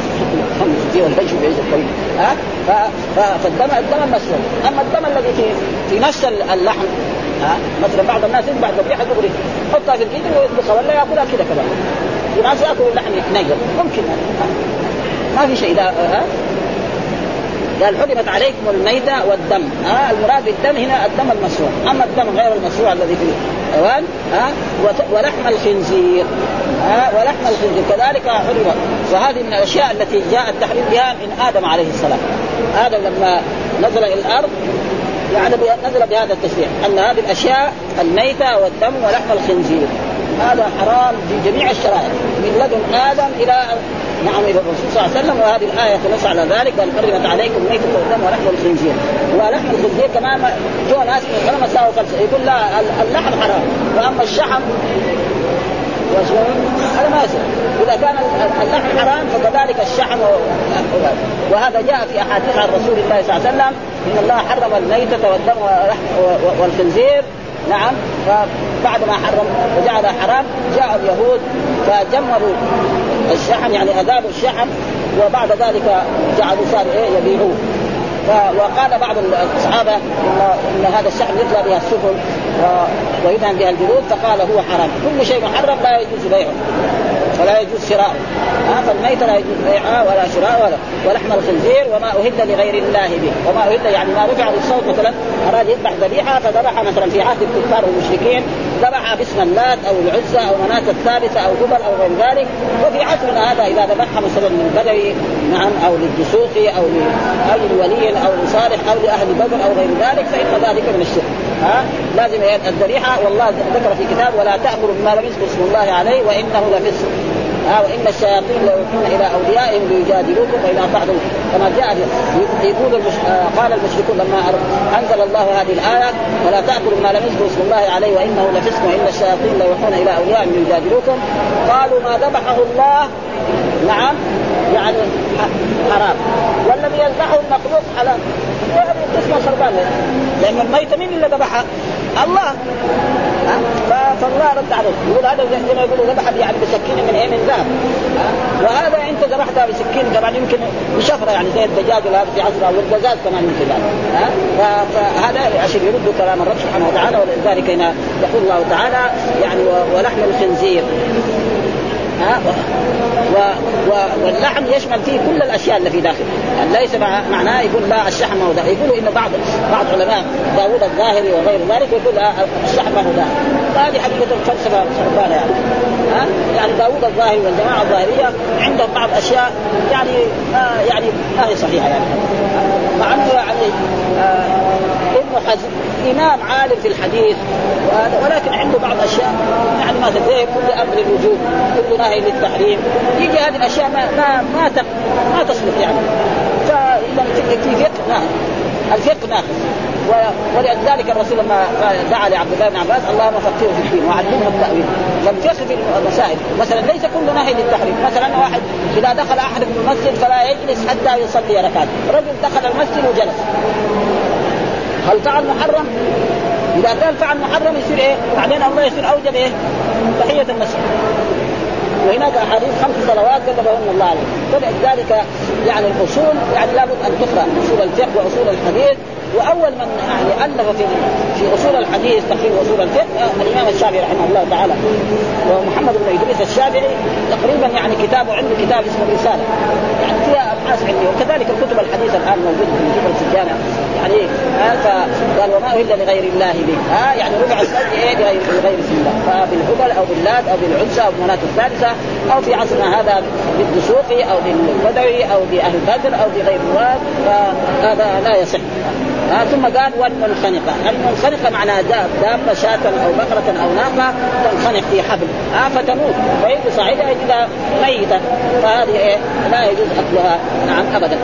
فالدم المسلوق. أما الدم الذي في نفس اللحم مثلا بعض الناس يذبح ذبيحة دغري يحطها في الكيس ويطبخها ولا يأكلها كذا كمان. في ناس يأكلوا اللحم نجر ممكن ما في شيء. قال حرمت عليكم الميتة والدم. المراد بالدم هنا الدم المسروع، أما الدم غير المسروع الذي في الحيوان ولحم الخنزير. ولحم الخنزير كذلك حرمت. وهذه من الأشياء التي جاء التحريم بها من آدم عليه السلام. آدم لما نزل إلى الأرض يعني نزل بهذا التشريع أن هذه الأشياء الميتة والدم ولحم الخنزير هذا حرام في جميع الشرائع من لدن آدم إلى نعم إلى الرسول صلى الله عليه وسلم. وهذه الآية تنص على ذلك قال حرمت عليكم الميتة والدم ولحم الخنزير. ولحم الخنزير كمان جو ناس من العلماء ساووا فلسفة يقول لا اللحم حرام وأما الشحم هذا ما يصير. إذا كان اللحم حرام فكذلك الشحم وهذا جاء في أحاديث عن رسول الله صلى الله عليه وسلم إن الله حرم الميتة والدم والخنزير. نعم. فبعد ما حرم وجعل حرام جاء اليهود فجمروا الشحم يعني أذابوا الشحم وبعد ذلك جعلوا صار يبيعوه. وقال بعض الصحابة إن هذا الشحم يطلع بها السفن ويدهن بها الجلود فقال هو حرام. كل شيء محرم لا يجوز بيعه ولا يجوز شراءه. فالميتة لا يجوز بيعها ولا شراء ولحم الخنزير وما أهل لغير الله به. وما أهل يعني ما رفع للصوت مثلا أراد يذبح ذبيحة فذبح مثلا في عهد الكفار والمشركين ذبح باسم اللات أو العزى أو مناة الثالثة أو هبل أو غير ذلك. وفي عصرنا هذا إذا ذبحها مثلا من بدوي نعم أو للدسوقي أو لولي أو لصالح أو لأهل بدر أو غير ذلك فإن ذلك من الشرك. لازم الذبيحة والله ذكر في كتاب ولا تأكلوا مما لم يذكر اسم الله عليه وإنه لفسق. وإن الشياطين ليوحون إلى أوليائهم ليجادلوكم وإذا أطعتم كما جاء يقول قال المشركون لما أنزل الله هذه الآية ولا تأكلوا ما لم يذكر اسم الله عليه وإنه لفسق وإن الشياطين ليوحون إلى أوليائهم ليجادلوكم قالوا ما ذبحه الله نعم يعني حرام والذي يذبحه المخلوق حلال. هذه قسمة خربان لأن الميت مين اللي ذبحها؟ الله. فالله رد عليه يقول هذا زي ما يقولوا ذبح يعني بسكين من ذهب. وهذا انت ذبحتها بسكين طبعا يمكن بشفره يعني زي الدجاج ولا في عصره والدجاج كمان يمكن فهذا عشان يرد كلام الرب سبحانه وتعالى. ولذلك هنا يقول الله تعالى يعني ولحم الخنزير واللحم يشمل فيه كل الاشياء اللي في داخله يعني ليس معناه يقول لا الشحم هو داخل. يقولوا ان بعض علماء داوود الظاهري وغير ذلك يقول الشحم هو داخل. هذه حقيقه الفلسفه خربانه يعني داوود الظاهري والجماعه الظاهريه عندهم بعض اشياء يعني ما هي صحيحه يعني مع انه يعني ابن حزم إمام عالم في الحديث ولكن عنده بعض أشياء يعني ما زي كل أمر الوجوب كل نهي للتحريم يجي هذه الأشياء ما تصلح يعني. فإذا في فقه ناقص الفقه ناقص. ولذلك الرسول لما دعا لعبد الله بن عباس اللهم فقهه في الدين وعلمه التأويل. فالفقه في المسائل مثلا ليس كل نهي للتحريم. مثلا واحد إذا دخل أحد من المسجد فلا يجلس حتى يصلي ركعات. رجل دخل المسجد وجلس هل فعل محرم؟ إذا كان فعل محرم يصير إيه؟ بعدين الله يصير أوجب إيه؟ تحية المسجد. وهناك أحاديث 5 صلوات كتبهن الله عليه. فلذلك يعني الأصول يعني لابد أن تقرأ أصول الفقه وأصول الحديث. وأول من يعني ألف في أصول الحديث تقريب أصول الفقه الإمام الشافعي رحمه الله تعالى ومحمد بن إدريس الشافعي تقريبا يعني كتابه عنده كتاب اسمه الرسالة يعني فيها أبحاث علمية. وكذلك الكتب الحديث الآن موجودة في كتب السجانة يعني فقال وما أهل لغير الله به يعني ربع السجن إيه لغير اسم الله فبالهبل أو باللات أو بالعزى أو بمناة الثالثة أو في عصرنا هذا بالدسوقي أو بالبدوي أو بأهل بدر أو بغير الواد فهذا لا يصح. ثم قال والمنخنقة. المنخنقة معناها دابة شاة أو بقرة أو ناقة تنخنق في حبل فتموت فيجي صاحبها يجدها ميتة فهذه لا يجوز أكلها نعم أبدا.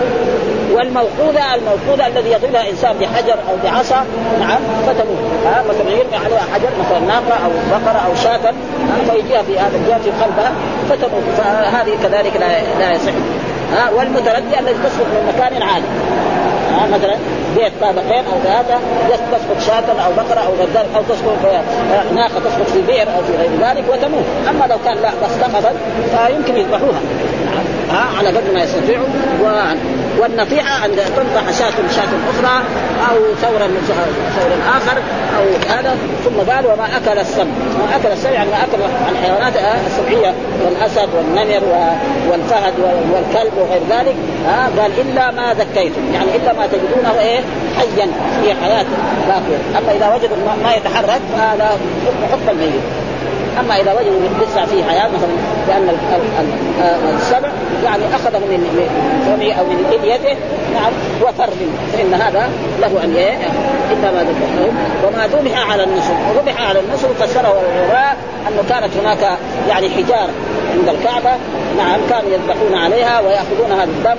والموقوذة الذي يضلها إنسان بحجر أو بعصا نعم فتموت مثلا يرمي عليها حجر مثلا ناقة أو بقرة أو شاة فيجيها في هذا الجهة في قلبها فتموت فهذه كذلك لا يصح. والمتردي الذي تسقط من مكان عالي مثلا بيت طابقين أو 3 تسقط شاة أو بقرة أو غزال أو تسقط ناقة تسقط في بئر أو في غير ذلك وتموت. أما لو كان لا بس سقطت فيمكن يذبحوها على قدر ما يستطيعوا. والنطيحة أن تنطح شاة أخرى أو ثورا آخر أو هذا. ثم قال وما أكل السبع. ما أكل السبع يعني ما أكل الحيوانات السبعية والأسد والنمر والفهد والكلب وغير ذلك قال إلا ما ذكيتم يعني إلا ما تجدونه إيه حيا في حياة باقية. أما إذا وجدوا ما يتحرك هذا حكم الميت. أما إذا وجدوا لسه فيه حياة مثلا لأن السبع يعني أخذه من فمه أو من إليته نعم وفر فإن هذا له أن إنما ذبحهم. وما ذبح على النصب. وذبح على النصب فسره العلماء أنه كانت هناك يعني حجار عند الكعبة نعم كانوا يذبحون عليها ويأخذون هذا الدم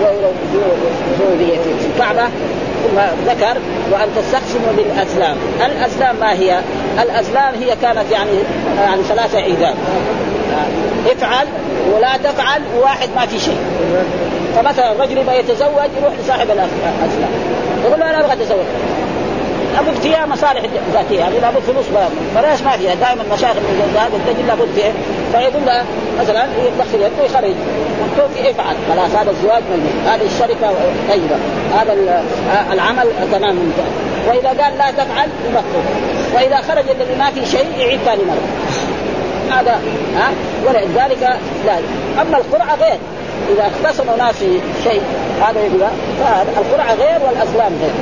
ويروحون في الكعبة. ثم ذكر وأن تستقسموا بالأزلام. الأزلام ما هي؟ الأزلام هي كانت يعني 3 عيدان افعل ولا تفعل وواحد ما في شيء. فمثلا الرجل يبغى يتزوج يروح لصاحب الأسلام يقول له أنا أبغى أتزوج، أبغى فيها مصالح ذاتية يعني لابد فلوس بلاش ما فيها. دائما مشاغل من هذا التجل لابد فيه، فيقول له مثلا يدخل يده ويخرج وتوفي افعل خلاص هذا الزواج ملموس، هذه الشركة طيبة، هذا العمل تمام ممتاز. وإذا قال لا تفعل يبطل، وإذا خرج الذي ما في شيء يعيد ثاني مرة. هذا ولذلك لا. أما القرعة غير، إذا اختصموا ناس في شيء هذا يقول القرعة غير والأسلام غير.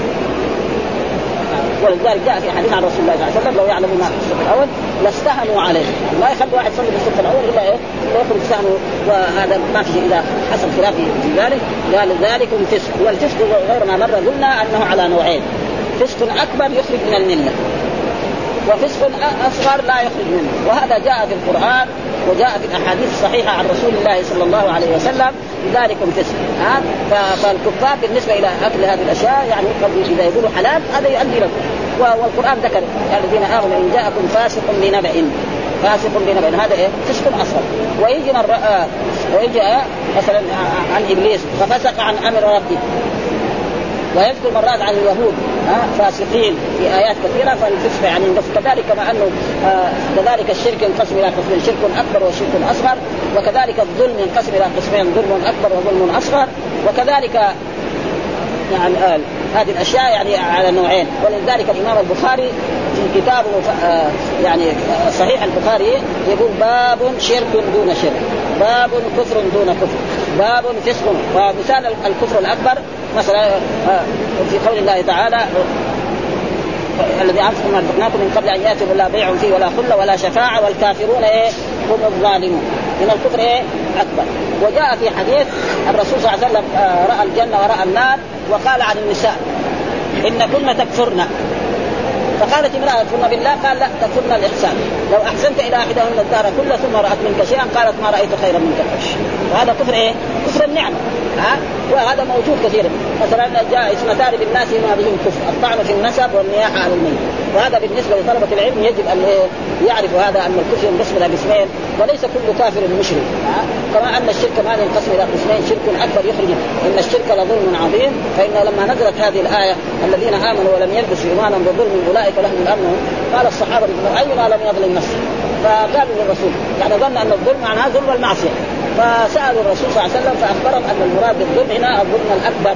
ولذلك جاء في حديث عن رسول الله صلى الله عليه وسلم لو يعلموا ما في الصف الأول لاستهنوا عليه، ما يخلي واحد يصلي في الصف الأول إلا يخرج سهمه، وهذا ما في شيء. إذا حصل خلاف في ذلك قال ذلك فسق. والفسق غير ما مر قلنا أنه على نوعين: فسق أكبر يخرج من الملة، وفسق أصغر لا يخرج منه. وهذا جاء في القرآن وجاء في الأحاديث الصحيحة عن رسول الله صلى الله عليه وسلم ذلك فسق. فالكفار بالنسبة إلى أكل هذه الأشياء يعني إذا يقولوا حلال هذا يؤدي لكم. والقرآن ذكر الذين آمنوا إن جاءكم فاسق بنبأ هذا فسق أصغر. ويجي مثلا عن إبليس ففسق عن أمر ربه، ويذكر مرات عن اليهود فاسقين في آيات كثيرة. فالفسق يعني كذلك كما أنه كذلك الشرك ينقسم إلى قسمين: شرك أكبر وشرك أصغر. وكذلك الظلم ينقسم إلى قسمين: ظلم أكبر وظلم أصغر. وكذلك يعني هذه الأشياء يعني على نوعين. ولذلك الإمام البخاري في كتابه يعني صحيح البخاري يقول باب شرك دون شرك، باب كفر دون كفر، باب فسق. ومثال الكفر الأكبر مثلا في قول الله تعالى: الذي أنفقوا ما رزقناكم من قبل أن يأتوا لا بيع فيه ولا خلة ولا شفاعة والكافرون هم الظالمون. من الكفر أكبر. وجاء في حديث الرسول صلى الله عليه وسلم رأى الجنة ورأى النار وقال عن النساء: إن كنا تكفرن. فقالت امرأة: تكفرن بالله؟ قال: لا، تكفرن الإحسان. لو أحسنت إلى أحدهن الدار كله ثم رأت منك شيئا قالت: ما رأيت خيرا منك. وهذا كفر كفر النعمة. وهذا موجود كثيرا. مثلا جاء اسمتان بالناس ما بهم كفر: الطعن في النسب والنياحة على الميت. وهذا بالنسبة لطلبة العلم يجب أن يعرفوا هذا أن الكفر ينقسم إلى قسمين، وليس كل كافر مشرك. كما أن الشرك ما ينقسم إلى قسمين: شرك أكبر يخرج إن الشرك لظلم عظيم. فإن لما نزلت هذه الآية: الذين آمنوا ولم يلبسوا إيمانا بظلم أولئك لهم الأمن، قال الصحابة: أينا لم يظلم نفسه؟ فقالوا للرسول يعني ظن أن الظلم معناه ظلم المعصية. فسألوا الرسول صلى الله عليه وسلم فأخبرهم أن المراد بالظلم هنا الظلم الأكبر.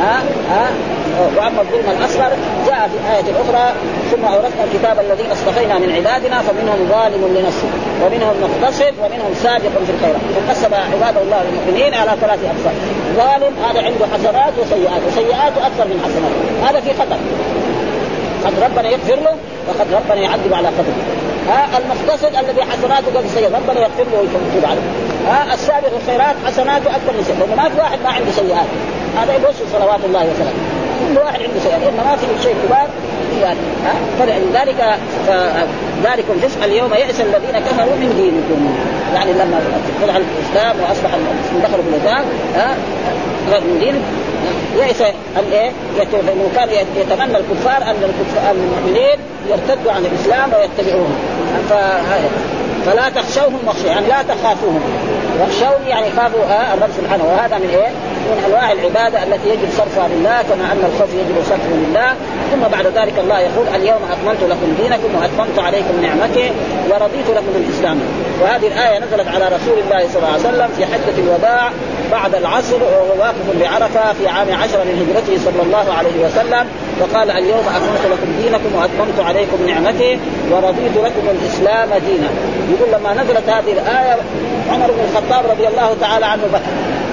وأما الظلم الأصغر جاء في آية أخرى: ثم أورثنا الكتاب الذين اصطفينا من عبادنا فمنهم ظالم لنفسه ومنهم مقتصد ومنهم سابق في الخيرات. فقسم عباد الله المؤمنين على 3 أقسام: ظالم هذا عنده حسنات وسيئات، وسيئاته أكثر من حسنات، هذا في خطر، قد ربنا يغفر له وقد ربنا يعذب على قدره. المقتصد الذي حسناته قد سيئات ربنا يغفر له ويتوب عليه. السابق الخيرات حسناته أكثر من سيئات، لأنه ما في واحد ما عنده سيئات، هذا يبص صلوات الله وسلامه. كل واحد عنده سيئات، إنما ما في شيء كبار يعني. فلذلك ذلك الفسق اليوم يئس الذين كفروا من دينكم. يعني لما دخل الإسلام وأصبح المسلمين دخلوا في الإسلام من دينهم يئس أنه كان يتمنى الكفار أن المؤمنين يرتدوا عن الإسلام ويتبعوهم. فلا تخشوهم واخشوا، يعني لا تخافوهم، واخشوني يعني خافوا الرب سبحانه. وهذا من من أنواع العبادة التي يجب صرفها لله، كما أن الخوف يجب صرفه لله. ثم بعد ذلك الله يقول: اليوم أكملت لكم دينكم وأتممت عليكم نعمتي ورضيت لكم الإسلام. وهذه الآية نزلت على رسول الله صلى الله عليه وسلم في حجة الوداع بعد العصر وهو واقف بعرفة في عام 10 من هجرته صلى الله عليه وسلم، وقال: اليوم أكملت لكم دينكم وأتممت عليكم نعمتي ورضيت لكم الإسلام دينا. يقول لما نزلت هذه الآية عمر بن الخطاب رضي الله تعالى عنه بكى.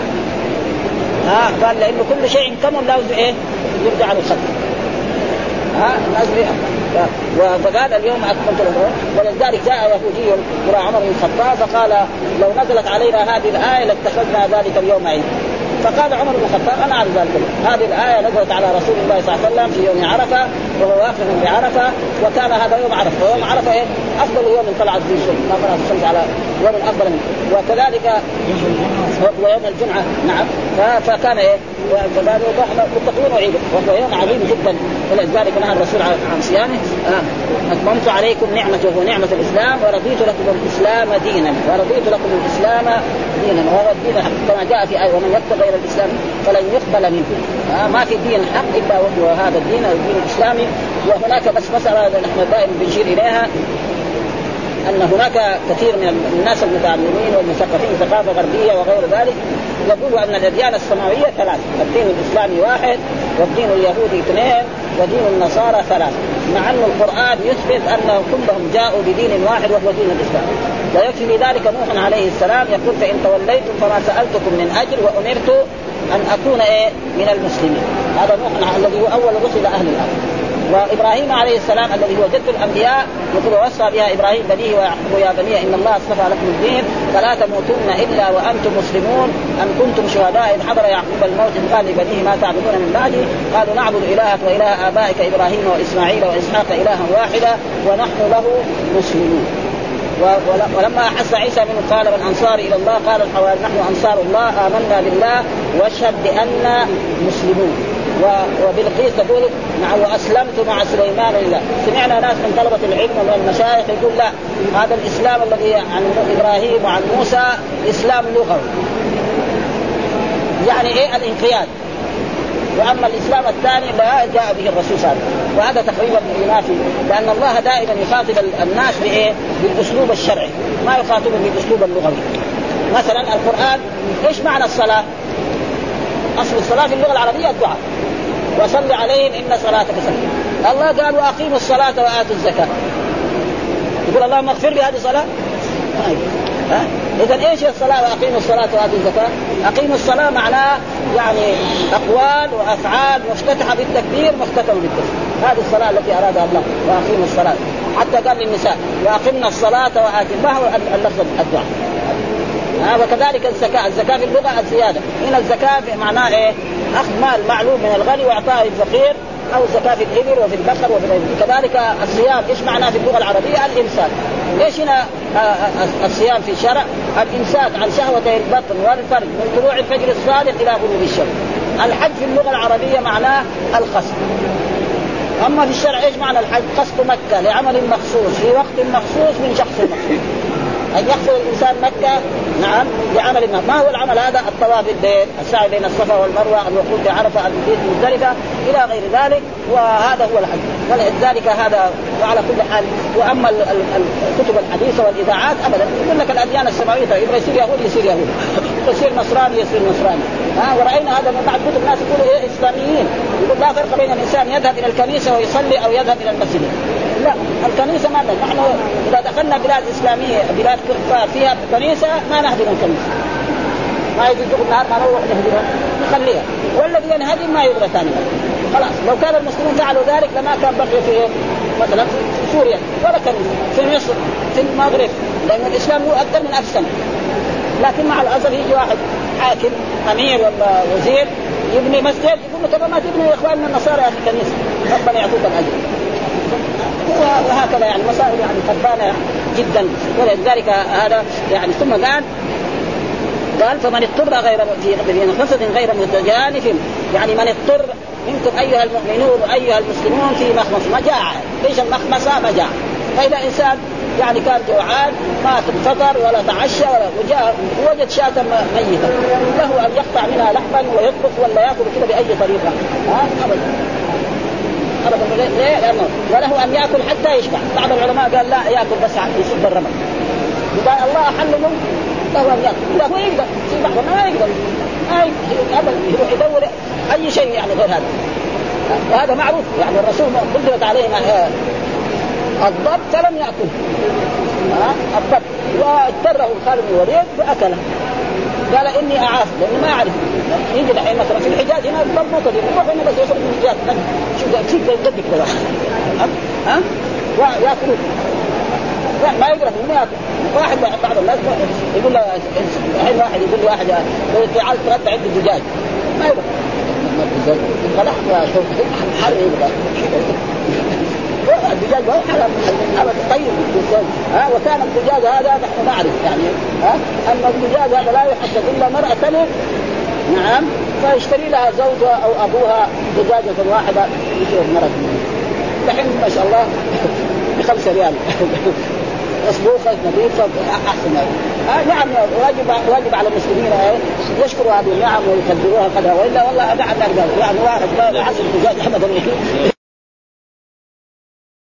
قال: لأنه كل شيء كمل لازم يرجع عن الخط. فقال: اليوم أكملت لكم. ولذلك جاء يهودي إلى عمر بن الخطاب فقال: لو نزلت علينا هذه الآية لاتخذنا ذلك اليوم عيد. فقال عمر بن الخطاب: أنا أعرف ذلك. هذه الآية نزلت على رسول الله صلى الله عليه وسلم في يوم عرفة وهو واقف بعرفة، وكان هذا يوم عرفة، ويوم عرفة أفضل يوم طلعت فيه الشمس، ما طلعت الشمس على يوم أفضل منه. وكذلك ويوم الجمعة. نعم. فكان فقالوا: نحن متقون عيد، وهو يوم عظيم جدا ولذلك نهى الرسول عن صيامه. أتممت عليكم نعمته ونعمة الإسلام ورضيت لكم الإسلام دينا ورضيت لكم الإسلام دينا وهو الدين الحق كما جاء في آية ومن يبتغي غير الإسلام فلن يقبل منه. ما في دين حق إلا وهو هذا الدين الدين الإسلامي. وهناك بس مسألة نحن دائما بنشير إليها أن هناك كثير من الناس المتعلمين والمثقفين ثقافة غربية وغير ذلك يقولوا أن الأديان السماوية ثلاث، الدين الإسلامي واحد والدين اليهودي اثنين ودين النصارى ثلاث، مع أن القرآن يثبت أنهم كلهم جاءوا بدين واحد وهو دين الإسلام. ويكفي لذلك نوح عليه السلام يقول فإن توليتم فما سألتكم من أجر وأمرت أن أكون من المسلمين. هذا نوح الذي هو أول رسل أهل الأرض. وإبراهيم عليه السلام الذي هو جد الأنبياء يقول وصى بها إبراهيم بنيه ويعقوب يا بني إن الله اصطفى لكم الدين فلا تموتن إلا وأنتم مسلمون أم كنتم شهداء إذ حضر يعقوب الموت إذ قال لبنيه ما تعبدون من بعدي قالوا نعبد إلهك وإله آبائك إبراهيم وإسماعيل وإسحاق إلها واحدا ونحن له مسلمون. ولما أحس عيسى منه قال من أنصار إلى الله قال الحواريون نحن أنصار الله آمنا بالله واشهد بأننا مسلمون. وبالقيس تقول نعم وأسلمت مع سليمان لله. سمعنا ناس من طلبة العلم ومن المشايخ يقول لا هذا الإسلام الذي عن إبراهيم وعن موسى إسلام لغوي يعني إيه الانقياد، وأما الإسلام الثاني لا جاء به الرسول صلى الله عليه وسلم. وهذا تقريبا ينافي لأن الله دائما يخاطب الناس بإيه بالأسلوب الشرعي ما يخاطبهم بالأسلوب اللغوي. مثلا القرآن إيش معنى الصلاة؟ أصل الصلاة في اللغة العربية الدعاء وصل عليهم إن صلاتك سكن. الله قال وأقيموا الصلاة وآتوا الزكاة يقول اللهم اغفر لي هذه صلاة؟ إذن إيش الصلاة وأقيموا الصلاة وآتوا الزكاة؟ أقيموا الصلاة معناه يعني أقوال وأفعال مفتتحة بالتكبير مختتمة بالتكبير. هذه الصلاة التي أرادها الله وأقيموا الصلاة. حتى قال للنساء وأقمنا الصلاة وآتوا ما هو اللفظ الدعاء. وكذلك الزكاة في اللغة الزيادة. هنا الزكاة معناه إيه؟ أخذ مال معلوم من الغني وإعطائه الفقير أو الزكاة في الإبل وفي البقر وفي غيره. كذلك الصيام إيش معناه في اللغة العربية؟ الإمساك. إيش هنا الصيام في الشرع؟ الإمساك عن شهوتي البطن والفرج من طلوع الفجر الصادق إلى غروب الشمس. الحج في اللغة العربية معناه القصد. أما في الشرع إيش معنى الحج؟ قصد مكة لعمل مخصوص في وقت مخصوص من شخص مخصوص. أن يقصد الإنسان مكة نعم لعمل ما هو العمل هذا؟ الطواف بالبيت، السعي بين الصفا والمروة، الوقوف بعرفة، المبيت مزدلفة إلى غير ذلك. وهذا هو الحج. ولذلك هذا وعلى كل حال. وأما الكتب الحديثة والإذاعات أبدا يقول لك الأديان السماوية يبغى يصير يهودي يصير يهودي يصير نصراني يصير نصراني. ورأينا هذا من بعض كتب الناس يقولوا إيه إسلاميين يقول لا فرق بين الإنسان يذهب إلى الكنيسة ويصلي أو يذهب إلى المسجد. لا الكنيسة ماذا؟ نحن إذا دخلنا بلاد إسلامية بلاد كفار فيها كنيسة ما نهدم الكنيسة ما يجي النهار ما نروح نهدمها نخليها والذي ينهدم ما يبغى ثاني خلاص. لو كان المسلمون فعلوا ذلك لما كان بقي في مثلا في سوريا ولا كنيسة في مصر في المغرب لأن الإسلام هو أكثر من 1000 سنة. لكن مع الأسف يجي واحد حاكم أمير ولا وزير يبني مسجد يقول له طب ما تبني يا إخواننا النصارى يا أخي الكنيسة ربنا يعطوك الأجر. وهكذا يعني مسائل يعني خربانة جدا. ولذلك هذا يعني ثم قال فمن اضطر غير في مخمصة غير متجانف يعني من اضطر منكم أيها المؤمنون وأيها المسلمون في مخمصة مجاعة. ليش المخمصة مجاعة؟ فإذا إنسان يعني كان جوعان ما فطر ولا تعشى ولا وجد شاة ميتة له أن يقطع منها لحما ويطبخ ولا يأكل كده بأي طريقة أبدا ليه؟ لأنه وله أن يأكل حتى يشبع. بعض العلماء قال لا يأكل بس يسد الرمل. قال الله أحل له له أن يأكل. لا هو يقدر في بعض ما يقدر يروح يدور أي شيء يعني غير هذا. وهذا معروف يعني الرسول قدرت عليه الضب فلم يأكل الضب واضطره خالد بن الوليد فأكله. قال إني أعاف لأنه ما أعرف يجي الحين مثلا في الحجاز هنا الضب مو كثير يروح هنا بس يخرج من الحجاز شو شيء زي قدك كذا ويأكلوا ما يقدر ما يأكل. واحد بعض الناس يقول له الحين واحد يقول له واحد تعال ترد عند الدجاج ما يقدر خلاص حرم يبغى الدجاج هو حرام طيب وكان الدجاج هذا نحن نعرف يعني أن الدجاج هذا لا يحدث إلا مرأة تلد نعم فيشتري لها زوجها أو أبوها دجاجة واحدة يشوف مرض دحين ما شاء الله ب5 ريال مسبوقة نظيفة أحسن. نعم واجب على المسلمين يشكروا هذه النعم ويقدروها قدرها، وإلا والله أبعد يعني واحد لا يحسن دجاج أبدا